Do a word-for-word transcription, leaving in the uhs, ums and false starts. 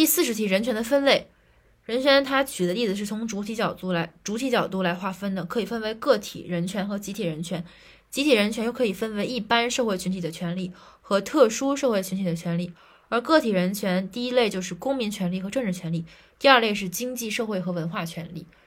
第四十题，人权的分类。人权它举的例子是从主体角度来主体角度来划分的，可以分为个体人权和集体人权。集体人权又可以分为一般社会群体的权利和特殊社会群体的权利。而个体人权第一类就是公民权利和政治权利，第二类是经济社会和文化权利。